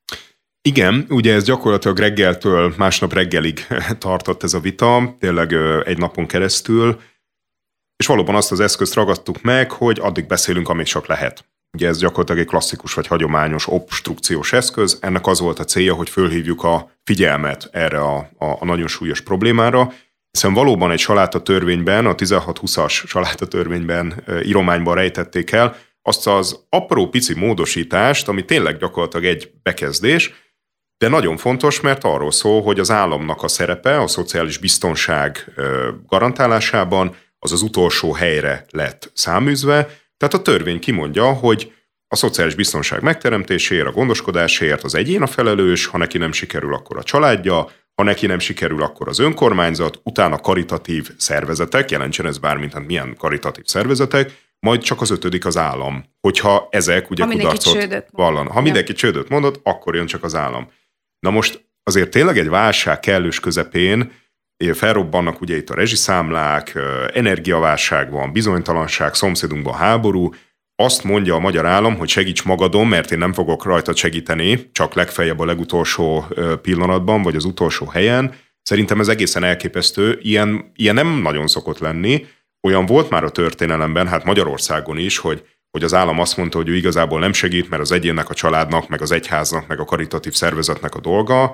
Igen, ugye ez gyakorlatilag reggeltől másnap reggelig tartott ez a vita, tényleg egy napon keresztül, és valóban azt az eszközt ragadtuk meg, hogy addig beszélünk, amíg csak lehet. Ugye ez gyakorlatilag egy klasszikus vagy hagyományos obstrukciós eszköz, ennek az volt a célja, hogy fölhívjuk a figyelmet erre a nagyon súlyos problémára, hiszen valóban egy saláta törvényben, a 16-20-as saláta törvényben írományban rejtették el azt az apró pici módosítást, ami tényleg gyakorlatilag egy bekezdés, de nagyon fontos, mert arról szól, hogy az államnak a szerepe a szociális biztonság garantálásában az az utolsó helyre lett száműzve, tehát a törvény kimondja, hogy a szociális biztonság megteremtéséért, a gondoskodásért az egyén a felelős, ha neki nem sikerül, akkor a családja, ha neki nem sikerül, akkor az önkormányzat, utána karitatív szervezetek, jelentsen ez bármint, milyen karitatív szervezetek, majd csak az 5. az állam. Hogyha ezek ugye kudarcot vallanak. Ha mindenki csődöt mondott, akkor jön csak az állam. Na most azért tényleg egy válság kellős közepén felrobbannak ugye itt a rezsiszámlák, energiaválság van, bizonytalanság, szomszédunkban háború. Azt mondja a magyar állam, hogy segíts magadon, mert én nem fogok rajtad segíteni, csak legfeljebb a legutolsó pillanatban, vagy az utolsó helyen. Szerintem ez egészen elképesztő. Ilyen nem nagyon szokott lenni. Olyan volt már a történelemben, Magyarországon is, hogy az állam azt mondta, hogy ő igazából nem segít, mert az egyénnek, a családnak, meg az egyháznak, meg a karitatív szervezetnek a dolga.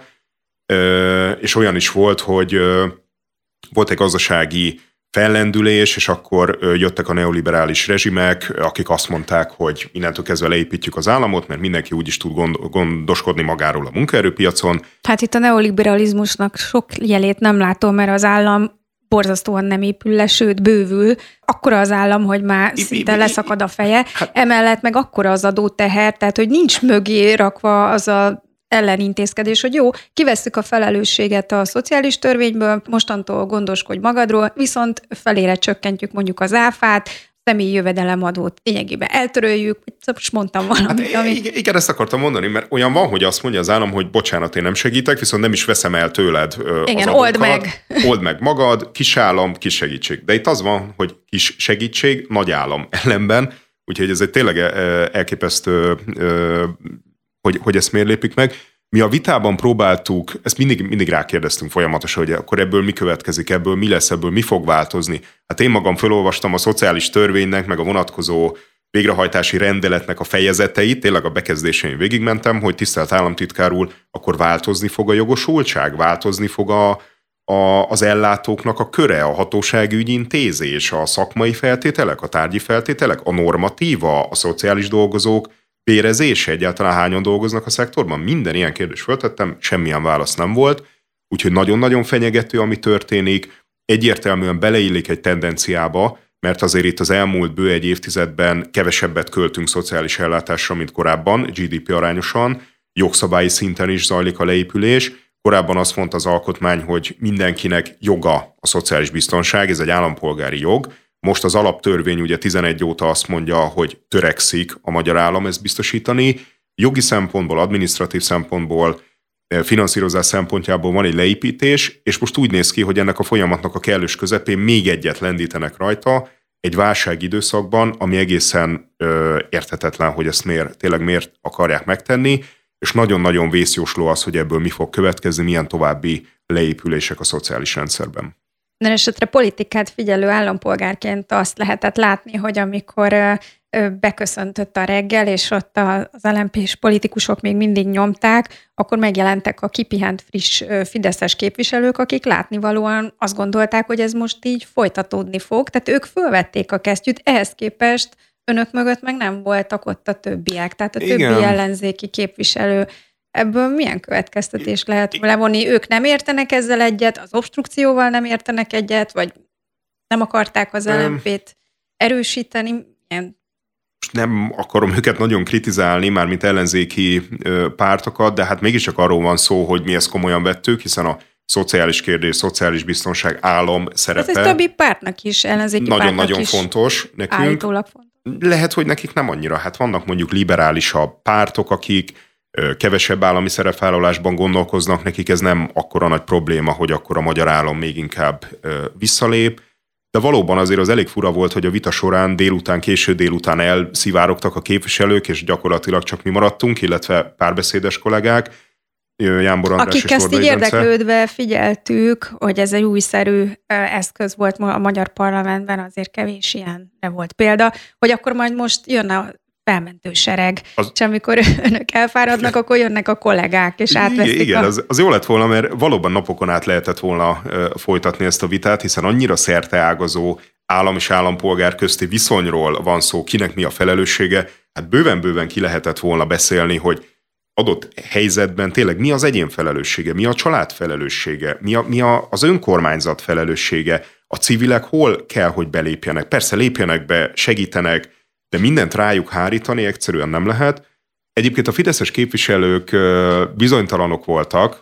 És olyan is volt, hogy volt egy gazdasági fellendülés, és akkor jöttek a neoliberális rezsimek, akik azt mondták, hogy innentől kezdve leépítjük az államot, mert mindenki úgyis tud gondoskodni magáról a munkaerőpiacon. Itt a neoliberalizmusnak sok jelét nem látom, mert az állam borzasztóan nem épül le, sőt bővül. Akkora az állam, hogy már szinte leszakad a feje. Emellett meg akkora az adóteher, tehát hogy nincs mögé rakva az a ellenintézkedés, hogy jó, kivesszük a felelősséget a szociális törvényből, mostantól gondoskodj magadról, viszont felére csökkentjük mondjuk az áfát, személyi jövedelemadót lényegében eltöröljük, most mondtam valamit. Igen, ezt akartam mondani, mert olyan van, hogy azt mondja az állam, hogy bocsánat, én nem segítek, viszont nem is veszem el tőled igen, az adókat. Old meg magad, kis állam, kis segítség. De itt az van, hogy kis segítség, nagy állam ellenben, úgyhogy ez egy tényleg elképesztő, hogy ezt miért lépik meg. Mi a vitában próbáltuk, ezt mindig rákérdeztünk folyamatosan, hogy akkor ebből mi következik, ebből mi lesz, ebből mi fog változni. Én magam felolvastam a szociális törvénynek, meg a vonatkozó végrehajtási rendeletnek a fejezeteit, tényleg a bekezdésein végigmentem, hogy tisztelt államtitkár úr, akkor változni fog a jogosultság, változni fog az ellátóknak a köre, a hatósági ügyintézés, a szakmai feltételek, a tárgyi feltételek, a normatíva, a szociális dolgozók bérezése, egyáltalán hányan dolgoznak a szektorban? Minden ilyen kérdést föltettem, semmilyen válasz nem volt, úgyhogy nagyon-nagyon fenyegető, ami történik, egyértelműen beleillik egy tendenciába, mert azért itt az elmúlt bő egy évtizedben kevesebbet költünk szociális ellátásra, mint korábban, GDP arányosan, jogszabályi szinten is zajlik a leépülés. Korábban azt mondta az alkotmány, hogy mindenkinek joga a szociális biztonság, ez egy állampolgári jog. Most az alaptörvény ugye 11 óta azt mondja, hogy törekszik a magyar állam ezt biztosítani. Jogi szempontból, adminisztratív szempontból, finanszírozás szempontjából van egy leépítés, és most úgy néz ki, hogy ennek a folyamatnak a kellős közepén még egyet lendítenek rajta, egy válság időszakban, ami egészen érthetetlen, hogy ezt miért akarják megtenni, és nagyon-nagyon vészjósló az, hogy ebből mi fog következni, milyen további leépülések a szociális rendszerben. De esetre politikát figyelő állampolgárként azt lehetett látni, hogy amikor beköszöntött a reggel, és ott az LMP-s politikusok még mindig nyomták, akkor megjelentek a kipihent friss fideszes képviselők, akik látnivalóan azt gondolták, hogy ez most így folytatódni fog, tehát ők fölvették a kesztyűt, ehhez képest önök mögött meg nem voltak ott a többiek, tehát a többi ellenzéki képviselő. Ebből milyen következtetés lehet levonni? Ők nem értenek ezzel egyet, az obstrukcióval nem értenek egyet, vagy nem akarták az LMP-t erősíteni? Most nem akarom őket nagyon kritizálni, mármint ellenzéki pártokat, de hát mégiscsak arról van szó, hogy mi ezt komolyan vettük, hiszen a szociális kérdés, szociális biztonság, állam szerepe. Ez többi pártnak is, ellenzéki pártnak nagyon fontos nekünk. Állítólag fontos. Lehet, hogy nekik nem annyira. Hát vannak mondjuk liberálisabb pártok, akik kevesebb állami szerepvállalásban gondolkoznak, nekik ez nem akkora nagy probléma, hogy akkor a magyar állam még inkább visszalép. De valóban azért az elég fura volt, hogy a vita során késő délután elszivárogtak a képviselők, és gyakorlatilag csak mi maradtunk, illetve párbeszédes kollégák, Jánbor András akik és ezt így érdeklődve figyeltük, hogy ez egy újszerű eszköz volt a magyar parlamentben, azért kevés ilyenre volt példa, hogy akkor majd most jön a felmentő sereg, és amikor önök elfáradnak, akkor jönnek a kollégák, és átveszik. Igen, az jó lett volna, mert valóban napokon át lehetett volna folytatni ezt a vitát, hiszen annyira szerteágazó állam és állampolgár közti viszonyról van szó, kinek mi a felelőssége, hát bőven-bőven ki lehetett volna beszélni, hogy adott helyzetben tényleg mi az egyén felelőssége, mi a család felelőssége, mi az önkormányzat felelőssége, a civilek hol kell, hogy belépjenek. Persze lépjenek be, segítenek, de mindent rájuk hárítani egyszerűen nem lehet. Egyébként a fideszes képviselők bizonytalanok voltak,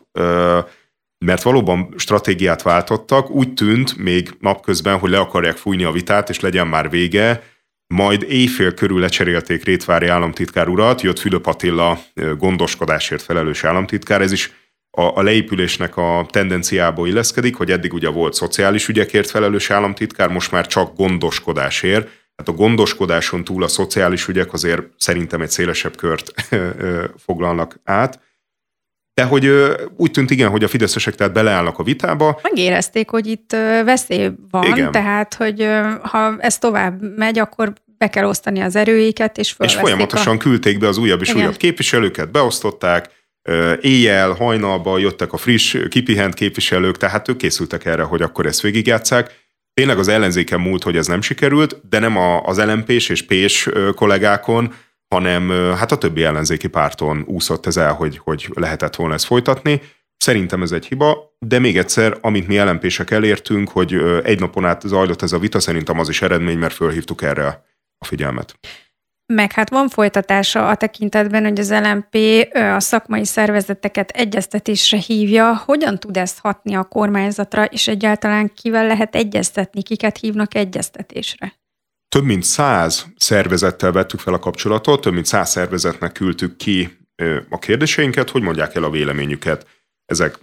mert valóban stratégiát váltottak. Úgy tűnt még napközben, hogy le akarják fújni a vitát, és legyen már vége. Majd éjfél körül lecserélték Rétvári államtitkár urat, jött Fülöp Attila gondoskodásért felelős államtitkár. Ez is a leépülésnek a tendenciába illeszkedik, hogy eddig ugye volt szociális ügyekért felelős államtitkár, most már csak gondoskodásért. Hát a gondoskodáson túl a szociális ügyek azért szerintem egy szélesebb kört foglalnak át. De hogy úgy tűnt igen, hogy a fideszesek tehát beleállnak a vitába. Megérezték, hogy itt veszély van, igen. Tehát hogy ha ez tovább megy, akkor be kell osztani az erőiket, és fölveszik. És folyamatosan küldték be az újabb és újabb képviselőket, beosztották, éjjel, hajnalba jöttek a friss, kipihent képviselők, tehát ők készültek erre, hogy akkor ezt végigjátsszák. Tényleg az ellenzéken múlt, hogy ez nem sikerült, de nem az LMP-s és P-s kollégákon, hanem hát a többi ellenzéki párton úszott ez el, hogy lehetett volna ezt folytatni. Szerintem ez egy hiba, de még egyszer, amit mi LMP-sek elértünk, hogy egy napon át zajlott ez a vita, szerintem az is eredmény, mert fölhívtuk erre a figyelmet. Meg hát van folytatása a tekintetben, hogy az LMP a szakmai szervezeteket egyeztetésre hívja. Hogyan tud ezt hatni a kormányzatra, és egyáltalán kivel lehet egyeztetni, kiket hívnak egyeztetésre? Több mint 100 szervezettel vettük fel a kapcsolatot, több mint 100 szervezetnek küldtük ki a kérdéseinket, hogy mondják el a véleményüket. Ezek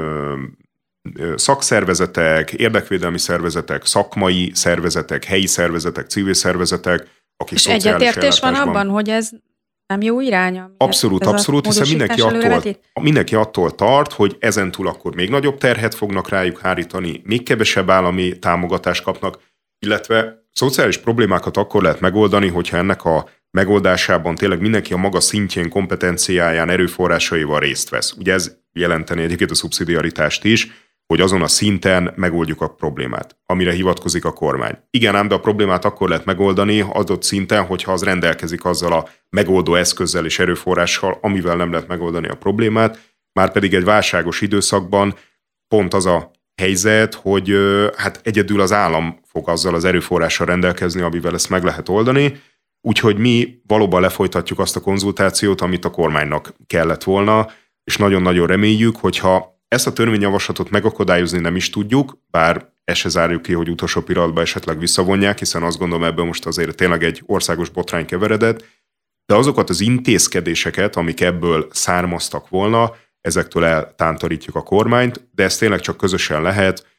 szakszervezetek, érdekvédelmi szervezetek, szakmai szervezetek, helyi szervezetek, civil szervezetek, akik és egyetértés van abban, hogy ez nem jó irány? Abszolút, hiszen mindenki attól tart, hogy ezentúl akkor még nagyobb terhet fognak rájuk hárítani, még kevesebb állami támogatást kapnak, illetve szociális problémákat akkor lehet megoldani, hogyha ennek a megoldásában tényleg mindenki a maga szintjén, kompetenciáján, erőforrásaival részt vesz. Ugye ez jelenteni egyébként a szubszidiaritást is, hogy azon a szinten megoldjuk a problémát, amire hivatkozik a kormány. Igen, ám de a problémát akkor lehet megoldani adott szinten, hogyha az rendelkezik azzal a megoldó eszközzel és erőforrással, amivel nem lehet megoldani a problémát, márpedig egy válságos időszakban pont az a helyzet, hogy hát egyedül az állam fog azzal az erőforrással rendelkezni, amivel ezt meg lehet oldani, úgyhogy mi valóban lefolytatjuk azt a konzultációt, amit a kormánynak kellett volna, és nagyon-nagyon reméljük, hogyha ezt a törvényjavaslatot megakadályozni nem is tudjuk, bár ezt se zárjuk ki, hogy utolsó pillanatban esetleg visszavonják, hiszen azt gondolom, ebből most azért tényleg egy országos botrány keveredett, de azokat az intézkedéseket, amik ebből származtak volna, ezektől eltántorítjuk a kormányt, de ez tényleg csak közösen lehet.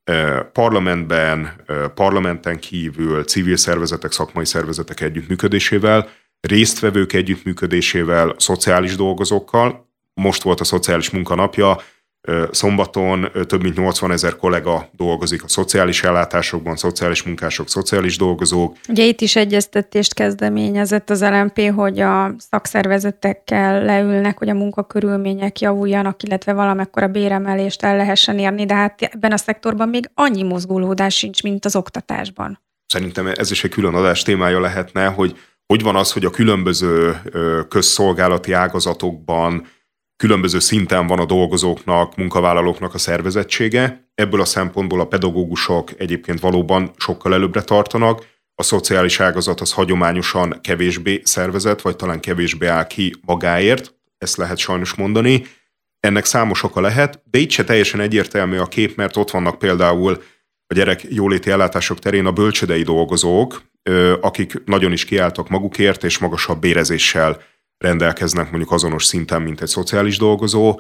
parlamentben, parlamenten kívül, civil szervezetek, szakmai szervezetek együttműködésével, résztvevők együttműködésével, szociális dolgozókkal. Most volt a szociális munkanapja, szombaton több mint 80 000 kollega dolgozik a szociális ellátásokban, szociális munkások, szociális dolgozók. Ugye itt is egyeztetést kezdeményezett az LMP, hogy a szakszervezetekkel leülnek, hogy a munkakörülmények javuljanak, illetve valamekkora béremelést el lehessen érni, de hát ebben a szektorban még annyi mozgolódás sincs, mint az oktatásban. Szerintem ez is egy külön adás témája lehetne, hogy van az, hogy a különböző közszolgálati ágazatokban különböző szinten van a dolgozóknak, munkavállalóknak a szervezettsége. Ebből a szempontból a pedagógusok egyébként valóban sokkal előbbre tartanak. A szociális ágazat az hagyományosan kevésbé szervezett, vagy talán kevésbé áll ki magáért. Ezt lehet sajnos mondani. Ennek számos oka lehet, de itt se teljesen egyértelmű a kép, mert ott vannak például a gyerek jóléti ellátások terén a bölcsődei dolgozók, akik nagyon is kiálltak magukért, és magasabb bérezéssel rendelkeznek mondjuk azonos szinten, mint egy szociális dolgozó.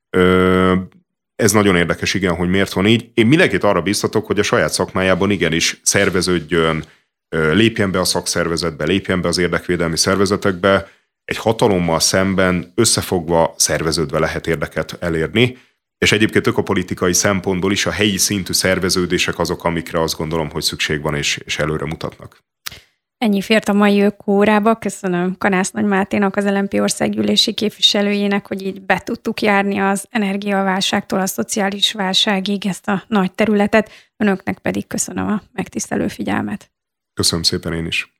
Ez nagyon érdekes, igen, hogy miért van így. Én mindenkit arra biztatok, hogy a saját szakmájában igenis szerveződjön, lépjen be a szakszervezetbe, lépjen be az érdekvédelmi szervezetekbe. Egy hatalommal szemben összefogva, szerveződve lehet érdeket elérni. És egyébként ökopolitikai szempontból is a helyi szintű szerveződések azok, amikre azt gondolom, hogy szükség van és előre mutatnak. Ennyi fért a mai ökóórába. Köszönöm Kanász Nagy Máténak, az LMP országgyűlési képviselőjének, hogy így be tudtuk járni az energiaválságtól a szociális válságig ezt a nagy területet. Önöknek pedig köszönöm a megtisztelő figyelmet. Köszönöm szépen én is.